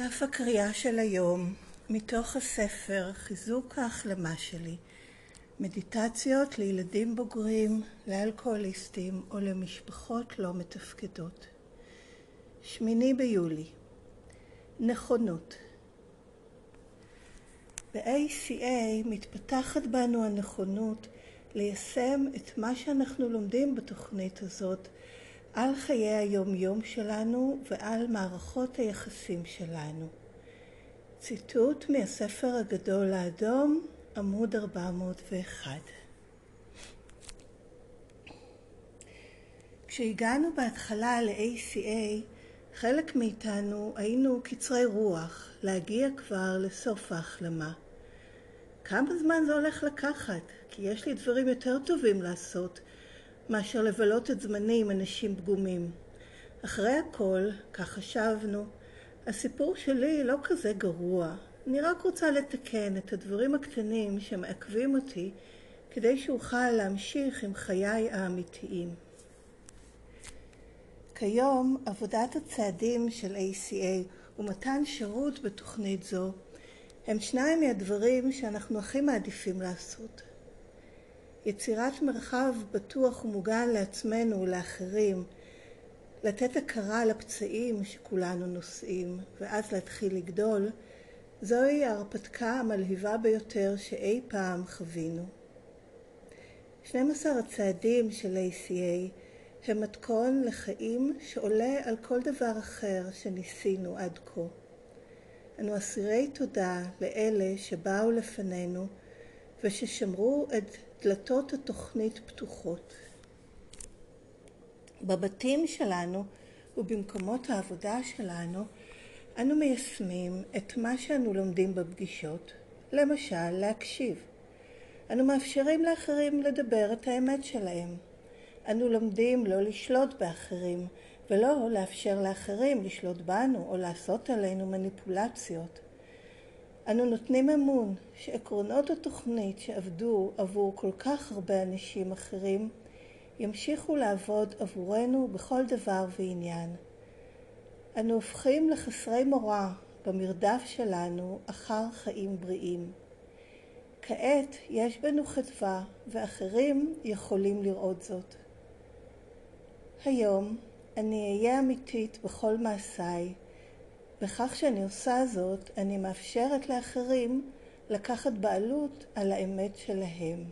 דף הקריאה של היום מתוך הספר חיזוק ההחלמה שלי, מדיטציות לילדים בוגרים, לאלכוהוליסטים או למשפחות לא מתפקדות. 8 ביולי. נכונות. ב-ACA מתפתחת בנו הנכונות ליישם את מה שאנחנו לומדים בתוכנית הזאת על חיי היום-יום שלנו ועל מערכות היחסים שלנו. ציטוט מהספר הגדול האדום, עמוד 401. כשהגענו בהתחלה ל-ACA, חלק מאיתנו היינו קצרי רוח להגיע כבר לסוף ההחלמה. כמה זמן זה הולך לקחת? כי יש לי דברים יותר טובים לעשות מאשר לבלות את זמני עם אנשים פגומים. אחרי הכל, כך חשבנו, הסיפור שלי לא כזה גרוע. אני רק רוצה לתקן את הדברים הקטנים שמעכבים אותי כדי שאוכל להמשיך עם חיי האמיתיים. כיום עבודת הצעדים של ACA ומתן שירות בתוכנית זו הם שניים מהדברים שאנחנו הכי מעדיפים לעשות. יצירת מרחב בטוח ומוגן לעצמנו ולאחרים, לתת הכרה לפצעים שכולנו נושאים ואז להתחיל לגדול, זוהי ההרפתקה המלהיבה ביותר שאי פעם חווינו. 12 הצעדים של ACA הם מתכון לחיים שעולה על כל דבר אחר שניסינו עד כה. אנו אסירי תודה לאלה שבאו לפנינו וששמרו את דלתות התוכנית פתוחות. בבתים שלנו ובמקומות העבודה שלנו אנו מיישמים את מה שאנו לומדים בפגישות, למשל להקשיב. אנו מאפשרים לאחרים לדבר את האמת שלהם. אנו לומדים לא לשלוט באחרים ולא לאפשר לאחרים לשלוט בנו או לעשות עלינו מניפולציות. אנו נותנים אמון שעקרונות התוכנית שעבדו עבור כל כך הרבה אנשים אחרים ימשיכו לעבוד עבורנו בכל דבר ועניין. אנו הופכים לחסרי מורא במרדף שלנו אחר חיים בריאים. כעת יש בנו חדווה ואחרים יכולים לראות זאת. היום אני אהיה אמיתית בכל מעשיי. בכך שאני עושה זאת, אני מאפשרת לאחרים לקחת בעלות על האמת שלהם.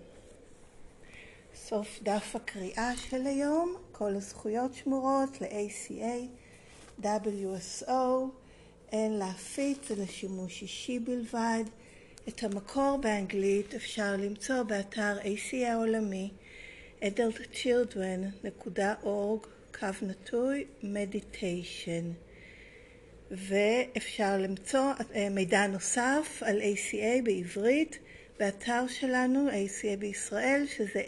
סוף דף הקריאה של היום, כל הזכויות שמורות ל-ACA, WSO, אין להפיץ, זה לשימוש אישי בלבד. את המקור באנגלית אפשר למצוא באתר ACA העולמי, adultchildren.org/meditation. ואפשר למצוא מידע נוסף על ACA בעברית באתר שלנו, ACA בישראל, שזה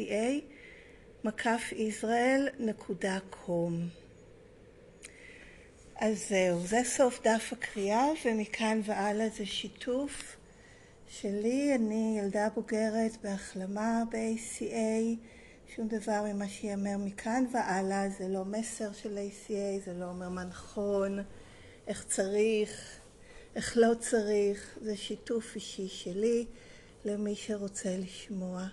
aca-israel.com. אז זהו, זה סוף דף הקריאה, ומכאן והלאה זה שיתוף שלי. אני ילדה בוגרת בהחלמה ב-ACA. שום דבר ממה שיאמר מכאן והלאה זה לא מסר של ACA, זה לא אומר מה נכון, איך צריך, איך לא צריך. זה שיתוף אישי שלי למי שרוצה לשמוע.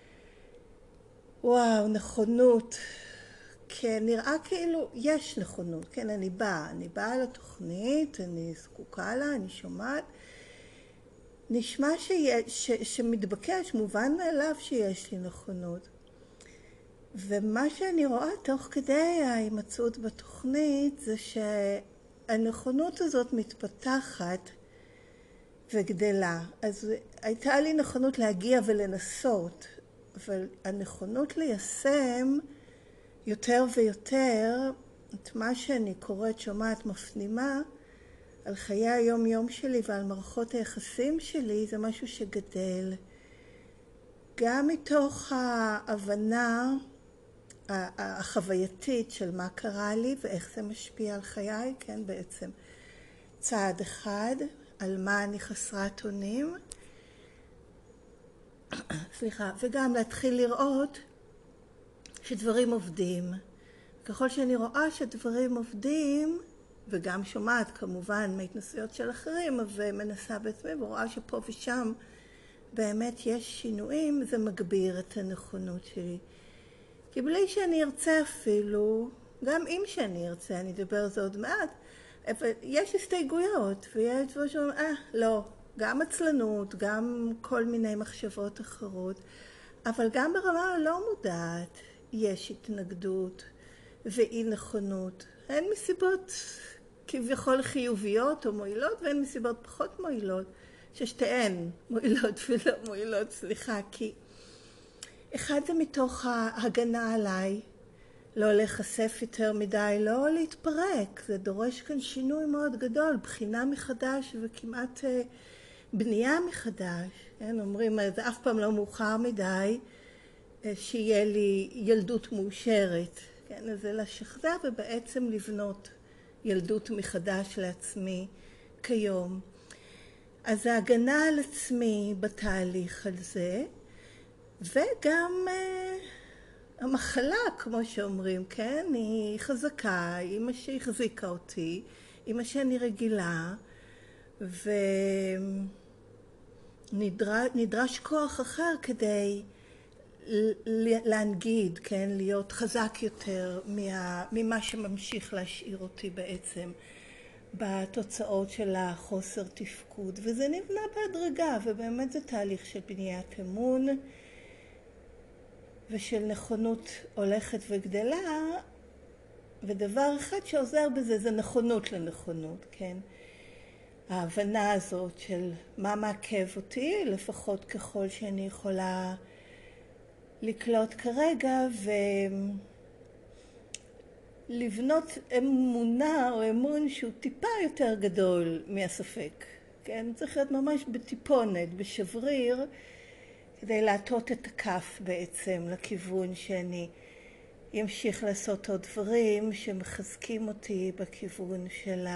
וואו, נכונות. כן, נראה כאילו יש נכונות. כן, אני באה לתוכנית, אני זקוקה לה, אני שומעת. נשמע שמתבקש, מובן מאליו שיש לי נכונות. ומה שאני רואה תוך כדי ההימצאות בתוכנית זה שהנכונות הזאת מתפתחת וגדלה. אז הייתה לי נכונות להגיע ולנסות, אבל הנכונות ליישם יותר ויותר את מה שאני קוראת, שומעת, מפנימה על חיי היום-יום שלי ועל מערכות היחסים שלי, זה משהו שגדל. גם מתוך ההבנה החווייתית של מה קרה לי ואיך זה משפיע על חיי, כן, בעצם צעד אחד על מה אני חסרת אונים, וגם להתחיל לראות שדברים עובדים. ככל שאני רואה שדברים עובדים, וגם שומעת כמובן מהתנסויות של אחרים, ומנסה בעצמי ורואה שפה ושם באמת יש שינויים, זה מגביר את הנכונות שלי. כי בלי שאני ארצה אפילו, גם אם שאני ארצה, אני אדבר על זה עוד מעט, אבל יש הסתייגויות, ויש דברים שאומרים, לא, גם עצלנות, גם כל מיני מחשבות אחרות, אבל גם ברמה הלא מודעת יש התנגדות ואי נכונות. הן מסיבות כביכול חיוביות או מועילות, והן מסיבות פחות מועילות, ששתיהן מועילות ולא מועילות, סליחה, כי אחד זה מתוך ההגנה עליי, לא להיחשף יותר מדי, לא להתפרק, זה דורש כאן שינוי מאוד גדול, בחינה מחדש וכמעט בנייה מחדש, כן? אומרים, זה אף פעם לא מאוחר מדי, שיהיה לי ילדות מאושרת, כן? אז זה לשחזר ובעצם לבנות ילדות מחדש לעצמי כיום. אז ההגנה על עצמי בתהליך על זה, וגם המחלה, כמו שאומרים, כן? היא חזקה, היא מה שהחזיקה אותי, היא מה שאני רגילה, ונדרש כוח אחר כדי להנגיד, כן? להיות חזק יותר ממה שממשיך להשאיר אותי בעצם בתוצאות של החוסר תפקוד, וזה נבנה בהדרגה, ובאמת זה תהליך של בניית אמון ושל נכונות הולכת וגדלה, ודבר אחד שעוזר בזה זה נכונות לנכונות, כן? ההבנה הזאת של מה מעכב אותי, לפחות ככל שאני יכולה לקלוט כרגע, ולבנות אמונה או אמון שהוא טיפה יותר גדול מהספק, כן? צריך להיות ממש בטיפונת, בשבריר, כדי להטות את הכף בעצם לכיוון שאני אמשיך לעשות עוד דברים שמחזקים אותי בכיוון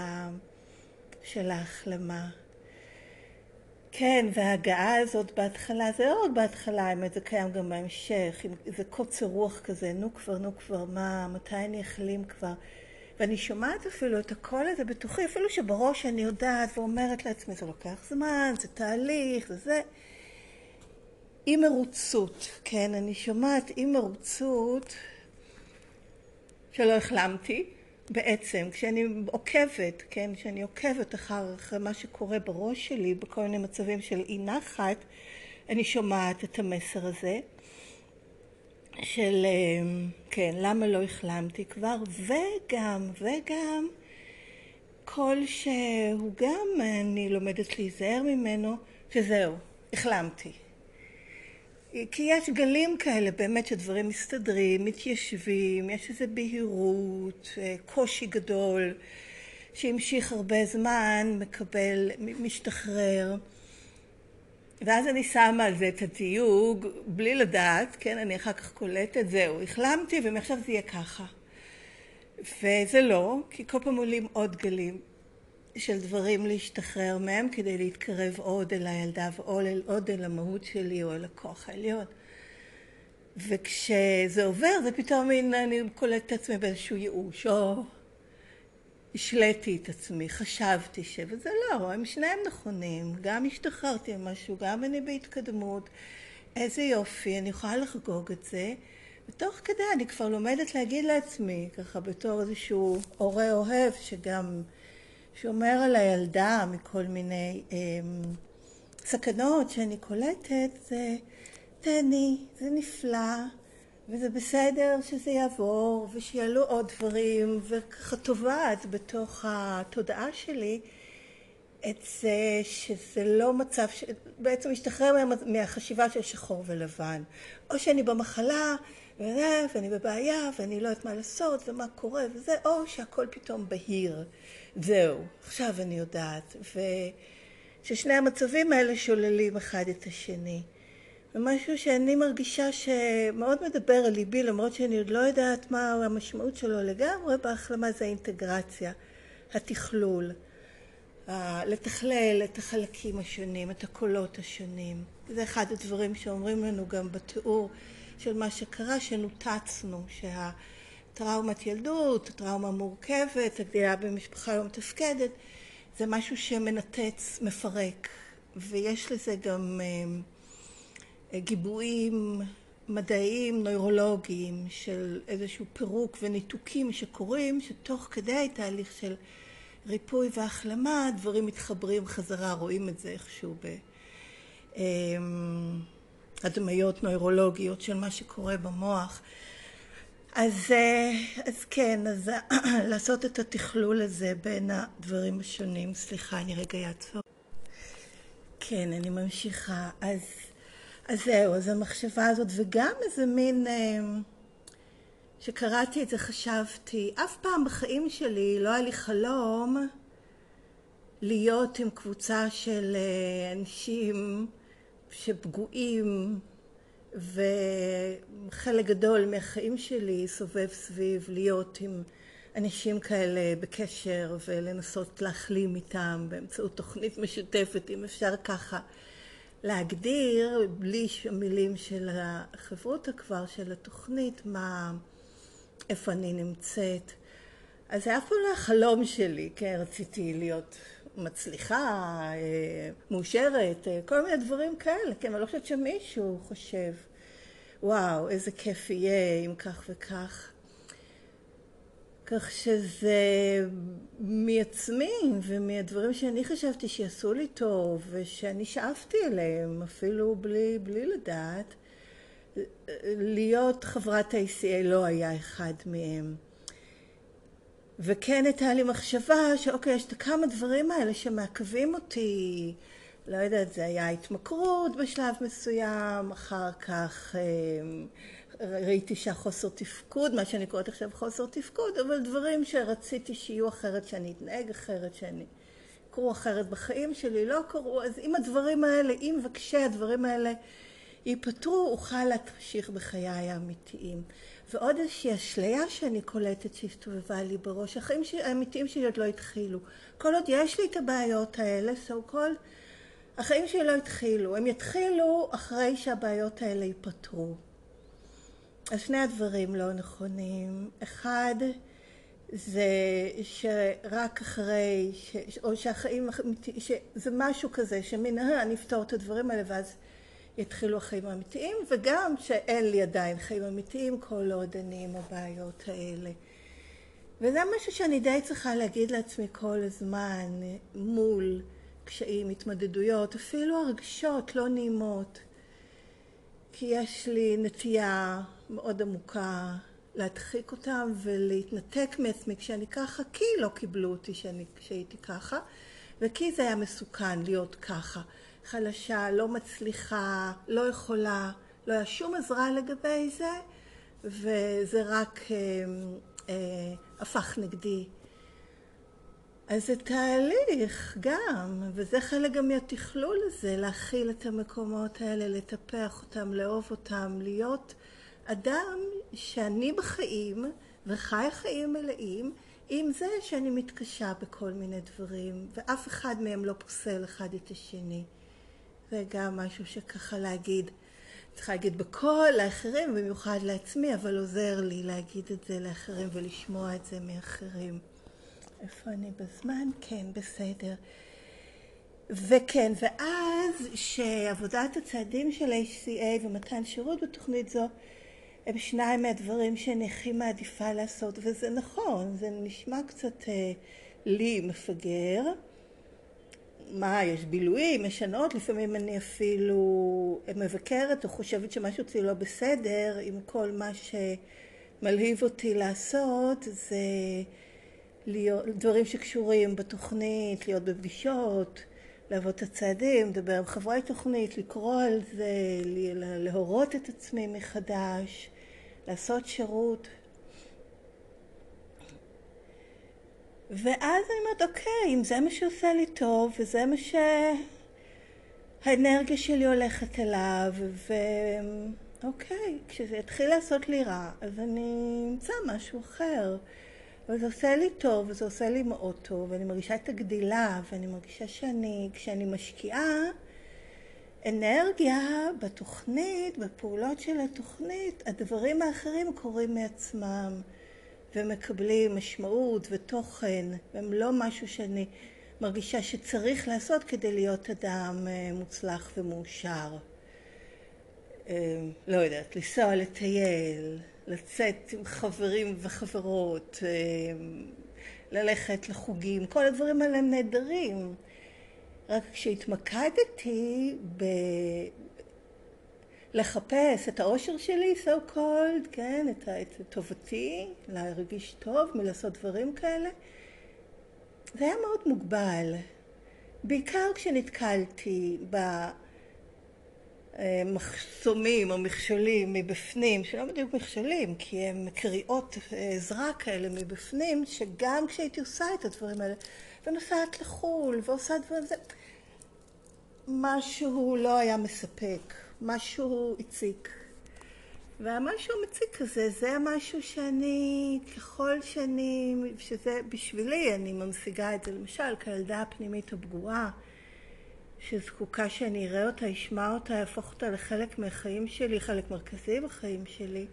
של ההחלמה. כן, וההגעה הזאת בהתחלה, זה לא רק בהתחלה, האמת, זה קיים גם בהמשך, זה קוצר רוח כזה, נו כבר, מתי אני אחלים כבר? ואני שומעת אפילו את הקול הזה בתוכי, אפילו שבראש אני יודעת ואומרת לעצמי, זה לוקח זמן, זה תהליך, זה. אי מרוצות, כן, אני שומעת אי מרוצות שלא החלמתי, בעצם, כשאני עוקבת, כן, כשאני עוקבת אחר מה שקורה בראש שלי, בכל מיני מצבים של אי נחת, אני שומעת את המסר הזה, של, כן, למה לא החלמתי כבר, וגם, כל שהוא גם, אני לומדת להיזהר ממנו, שזהו, החלמתי. כי יש גלים כאלה, באמת שדברים מסתדרים, מתיישבים, יש איזו בהירות, קושי גדול, שהמשיך הרבה זמן, משתחרר. ואז אני שמה על זה את התיוג, בלי לדעת, כן, אני אחר כך קולטת, זהו, החלמתי ומעכשיו זה יהיה ככה. וזה לא, כי כל פעם עולים עוד גלים של דברים להשתחרר מהם כדי להתקרב עוד אל הילדה ועוד אל המהות שלי או אל הכוח העליון. וכשזה עובר זה פתאום אני קולטת את עצמי באיזשהו ייאוש, או השלטתי את עצמי, חשבתי וזה לא, הם שניהם נכונים, גם השתחררתי ממשהו, גם אני בהתקדמות, איזה יופי, אני יכולה לחגוג את זה, ותוך כדי אני כבר לומדת להגיד לעצמי, ככה בתור איזשהו הורה אוהב שגם שומר על הילדה מכל מיני סכנות שאני קולטת, זה תהני, זה נפלא, וזה בסדר שזה יעבור, ושיעלו עוד דברים, וככה טובעת בתוך התודעה שלי את זה שזה לא מצב, בעצם משתחרר מהחשיבה של שחור ולבן. או שאני במחלה, ואני בבעיה, ואני לא יודעת מה לעשות, ומה קורה, וזה, או שהכל פתאום בהיר. זהו, עכשיו אני יודעת. וששני המצבים האלה שוללים אחד את השני. ומשהו שאני מרגישה שמאוד מדבר על ליבי, למרות שאני עוד לא יודעת מה המשמעות שלו לגמרי, בהחלמה זה האינטגרציה, התכלול, לתכלל את החלקים השונים, את הקולות השונים. זה אחד הדברים שאומרים לנו גם בתיאור של מה שקרה, שנותצנו, טראומת ילדות, טראומה מורכבת, הגדילה במשפחה לא מתפקדת, זה משהו שמנתץ, מפרק, ויש לזה גם גיבויים מדעיים, נוירולוגיים של איזשהו פירוק וניתוקים שקורים, שתוך כדי תהליך של ריפוי והחלמה, דברים מתחברים חזרה, רואים את זה איכשהו בהדמיות נוירולוגיות של מה שקורה במוח. אז כן, אז לעשות את התכלול הזה בין הדברים השונים. סליחה, אני רגע אעצור. כן, אני ממשיכה. אז זהו, אז המחשבה הזאת, וגם איזה מין, שקראתי את זה, חשבתי, אף פעם בחיים שלי לא היה לי חלום להיות עם קבוצה של אנשים שפגועים, וחלק גדול מהחיים שלי סובב סביב להיות עם אנשים כאלה בקשר ולנסות להחלים איתם באמצעות תוכנית משותפת, אם אפשר ככה להגדיר, בלי המילים של החברותה כבר, של התוכנית, איפה אני נמצאת. אז זה אף פעם לא החלום שלי, כן, רציתי להיות מצליחה, מאושרת, כל מיני דברים כאלה, כן, אני לא חושבת שמישהו חושב, וואו, איזה כיף יהיה אם כך וכך. כך שזה מעצמי ומהדברים שאני חשבתי שיעשו לי טוב ושאני שאפתי אליהם, אפילו בלי לדעת, להיות חברת ה-ACA לא היה אחד מהם. וכן הייתה לי מחשבה שאוקיי, יש את כמה דברים האלה שמעכבים אותי, לא יודעת, זה היה התמכרות בשלב מסוים, אחר כך ראיתי שהחוסר תפקוד, מה שאני קוראת עכשיו חוסר תפקוד, אבל דברים שרציתי שיהיו אחרת, שאני אתנהג אחרת, שאני קרו אחרת בחיים שלי, לא קרו, אז אם הדברים האלה, אם וכשהדברים האלה ייפטרו, אוכל להמשיך בחיי האמיתיים. ועוד איזושהי אשליה שאני קולטת שהסתובבה לי בראש, החיים האמיתיים שלי עוד לא התחילו. כל עוד יש לי את הבעיות האלה, החיים שלי לא התחילו. הם יתחילו אחרי שהבעיות האלה ייפטרו. אז שני הדברים לא נכונים. אחד, זה שרק אחרי, או שהחיים, שזה משהו כזה, אני אפתור את הדברים האלה ואז יתחילו החיים האמיתיים, וגם שאין לי עדיין חיים אמיתיים כל עוד אני עם הבעיות האלה. וזה משהו שאני די צריכה להגיד לעצמי כל הזמן, מול קשיים, התמודדויות, אפילו הרגשות לא נעימות. כי יש לי נטייה מאוד עמוקה להדחיק אותם ולהתנתק מעצמי כשאני ככה, כי לא קיבלו אותי כשהייתי ככה, וכי זה היה מסוכן להיות ככה. חלשה, לא מצליחה, לא יכולה, לא היה שום עזרה לגבי זה, וזה רק הפך נגדי. אז זה תהליך גם, וזה חלק גם מהתכלול הזה, להכיל את המקומות האלה, לטפח אותם, לאהוב אותם, להיות אדם שאני בחיים וחי חיים מלאים, עם זה שאני מתקשה בכל מיני דברים, ואף אחד מהם לא פוסל אחד את השני. זה גם משהו שככה צריכה להגיד בכל האחרים, במיוחד לעצמי, אבל עוזר לי להגיד את זה לאחרים ולשמוע את זה מאחרים. איפה אני בזמן? כן, בסדר. וכן, ואז שעבודת הצעדים של HCA ומתן שירות בתוכנית זו, הם שניים מהדברים שאני הכי מעדיפה לעשות, וזה נכון, זה נשמע קצת לי מפגר. יש בילויים, יש שנות, לפעמים אני אפילו מבקרת או חושבת שמשהו אצלי לא בסדר, אם כל מה שמלהיב אותי לעשות זה דברים שקשורים בתוכנית, להיות בפגישות, לעבוד את הצעדים, לדבר עם חברי תוכנית, לקרוא על זה, להורות את עצמי מחדש, לעשות שירות. ואז אני אומרת, אוקיי, אם זה מה שעושה לי טוב, וזה מה שהאנרגיה שלי הולכת אליו, ואוקיי, כשזה יתחיל לעשות לי רע, אז אני אמצא משהו אחר. אבל זה עושה לי טוב, וזה עושה לי מאוד טוב, ואני מרגישה את הגדילה, ואני מרגישה כשאני משקיעה אנרגיה בתוכנית, בפעולות של התוכנית, הדברים האחרים קורים מעצמם. ומקבלים משמעות ותוכן, והם לא משהו שאני מרגישה שצריך לעשות כדי להיות אדם מוצלח ומאושר. לא יודעת, לנסוע לטייל, לצאת עם חברים וחברות, ללכת לחוגים, כל הדברים האלה הם נהדרים. רק כשהתמקדתי לחפש את האושר שלי, so called, כן, את טובתי, להרגיש טוב מלעשות דברים כאלה, זה היה מאוד מוגבל. בעיקר כשנתקלתי במחסומים או מכשולים מבפנים, שלא בדיוק מכשולים, כי הם קריאות עזרה כאלה מבפנים, שגם כשהייתי עושה את הדברים האלה, ונוסעת לחול ועושה דברים, זה משהו לא היה מספק, משהו הציק. והמשהו המציק הזה, זה המשהו שאני, ככל שאני, שזה בשבילי, אני ממשיגה את זה, למשל, כילדה הפנימית הפגועה, שזקוקה שאני אראה אותה, אשמע אותה, אהפוך אותה לחלק מהחיים שלי, חלק מרכזי בחיים שלי.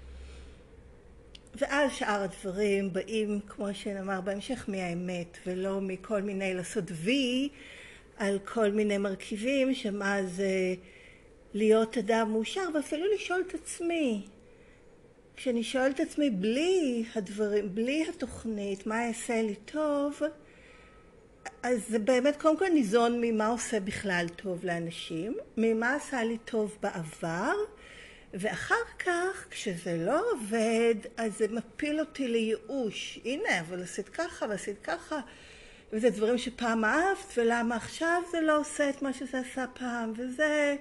ואז שאר הדברים באים, כמו שנאמר בהמשך, מהאמת, ולא מכל מיני לעשות וי על כל מיני מרכיבים, שמה זה להיות אדם מאושר, ואפילו לשאול את עצמי. כשאני שואלת את עצמי בלי הדברים, בלי התוכנית, מה יעשה לי טוב, אז זה באמת קודם כל ניזון ממה עושה בכלל טוב לאנשים, ממה עשה לי טוב בעבר, ואחר כך, כשזה לא עובד, אז זה מפיל אותי לייאוש. הנה, אבל עשית ככה ועשית ככה, וזה דברים שפעם אהבת, ולמה עכשיו זה לא עושה את מה שזה עשה פעם, וזה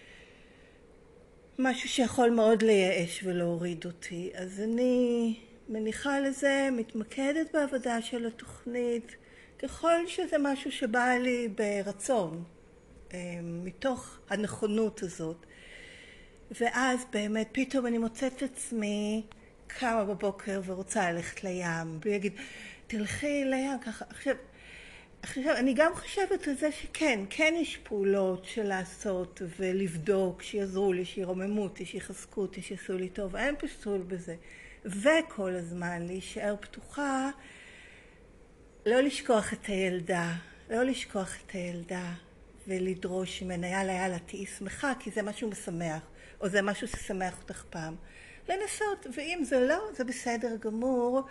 משהו שיכול מאוד לייאש ולהוריד אותי. אז אני מניחה לזה, מתמקדת בעבודה של התוכנית, ככל שזה משהו שבא לי ברצון, מתוך הנכונות הזאת. ואז באמת פתאום אני מוצאת את עצמי קמה בבוקר ורוצה ללכת לים, והוא יגיד, תלכי לים ככה. עכשיו, אני גם חושבת על זה שכן, כן יש פעולות של לעשות ולבדוק, שיעזרו לי, שירוממו אותי, שיחזקו אותי, שיעשו לי טוב, אין פסול בזה. וכל הזמן להישאר פתוחה, לא לשכוח את הילדה, לא לשכוח את הילדה ולדרוש ממנה, יאללה, תהיי שמחה, כי זה משהו משמח, או זה משהו ששמח אותך פעם. לנסות, ואם זה לא, זה בסדר גמור,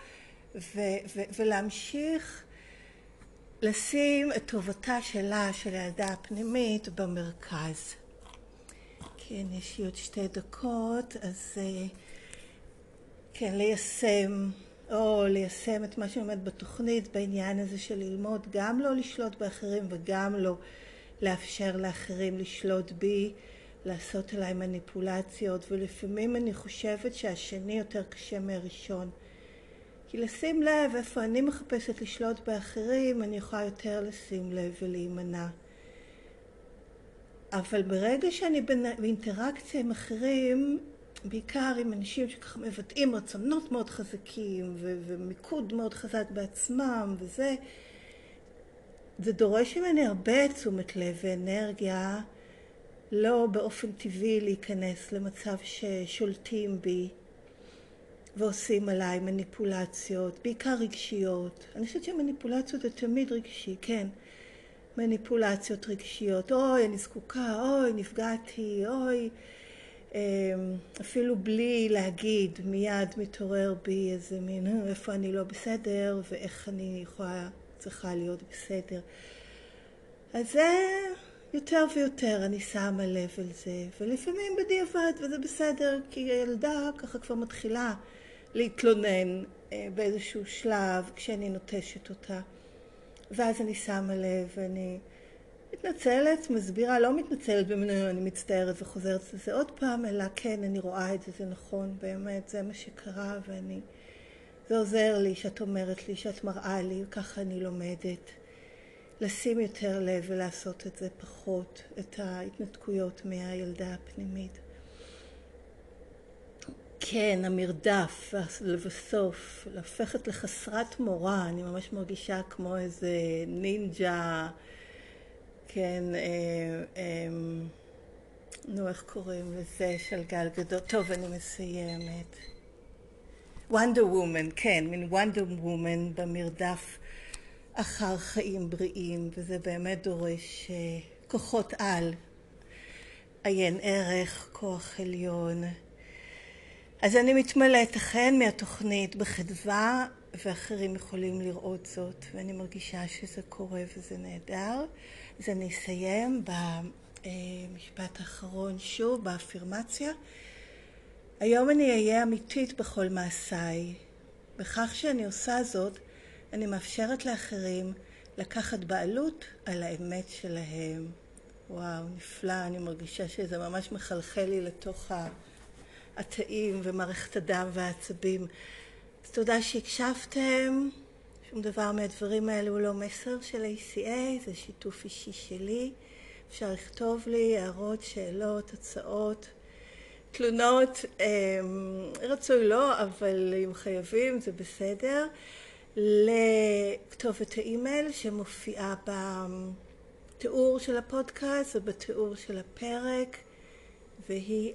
ולהמשיך לשים את טובתה שלה, של הילדה הפנימית, במרכז. כן, יש לי עוד 2 דקות, אז כן, ליישם את מה שעומד בתוכנית בעניין הזה של ללמוד, גם לא לשלוט באחרים וגם לא לאפשר לאחרים לשלוט בי, לעשות עליי מניפולציות, ולפעמים אני חושבת שהשני יותר קשה מהראשון. כי לשים לב איפה אני מחפשת לשלוט באחרים, אני יכולה יותר לשים לב ולהימנע. אבל ברגע שאני באינטראקציה עם אחרים, בעיקר עם אנשים שככה מבטאים רצונות מאוד חזקים ומיקוד מאוד חזק בעצמם, זה דורש ממני הרבה תשומת לב ואנרגיה, לא באופן טבעי להיכנס למצב ששולטים בי ועושים עליי מניפולציות, בעיקר רגשיות. אני חושבת שמניפולציות זה תמיד רגשי, כן. מניפולציות רגשיות, אוי, אני זקוקה, אוי, נפגעתי, אוי. אפילו בלי להגיד, מיד מתעורר בי איזה מין, איפה אני לא בסדר ואיך אני צריכה להיות בסדר. אז זה יותר ויותר אני שמה לב על זה, ולפעמים בדיעבד, וזה בסדר, כי הילדה ככה כבר מתחילה להתלונן באיזשהו שלב כשאני נוטשת אותה. ואז אני שמה לב ואני מתנצלת, מסבירה, לא מתנצלת במינוי, אני מצטערת וחוזרת לזה עוד פעם, אלא כן, אני רואה את זה, זה נכון, באמת, זה מה שקרה, זה עוזר לי שאת אומרת לי, שאת מראה לי, וככה אני לומדת. לשים יותר לב ולעשות את זה פחות, את ההתנתקויות מהילדה הפנימית. כן, המרדף, לבסוף, להפכת לחסרת מורה, אני ממש מרגישה כמו איזה נינג'ה, כן, נו, איך קוראים לזה, של גל גדול. טוב, אני מסיימת. וונדר וומן, כן, מין וונדר וומן במרדף אחר חיים בריאים, וזה באמת דורש כוחות על, עיין ערך, כוח עליון. אז אני מתמלאת אכן מהתוכנית בחדווה, ואחרים יכולים לראות זאת, ואני מרגישה שזה קורה וזה נהדר. אז אני אסיים במשפט האחרון שוב, באפירמציה. היום אני אהיה אמיתית בכל מעשיי. בכך שאני עושה זאת, אני מאפשרת לאחרים לקחת בעלות על האמת שלהם. וואו, נפלא, אני מרגישה שזה ממש מחלחל לי לתוך התאים ומערכת הדם והעצבים. אז תודה שהקשבתם. שום דבר מהדברים האלו הוא לא מסר של ACA, זה שיתוף אישי שלי. אפשר לכתוב לי הערות, שאלות, הצעות, תלונות. רצוי לא, אבל אם חייבים זה בסדר. לכתובת האימייל שמופיעה בתיאור של הפודקאסט ובתיאור של הפרק, והיא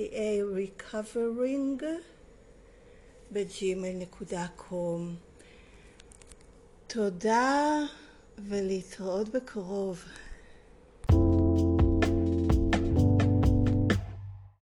acarecovering@gmail.com. תודה ולהתראות בקרוב.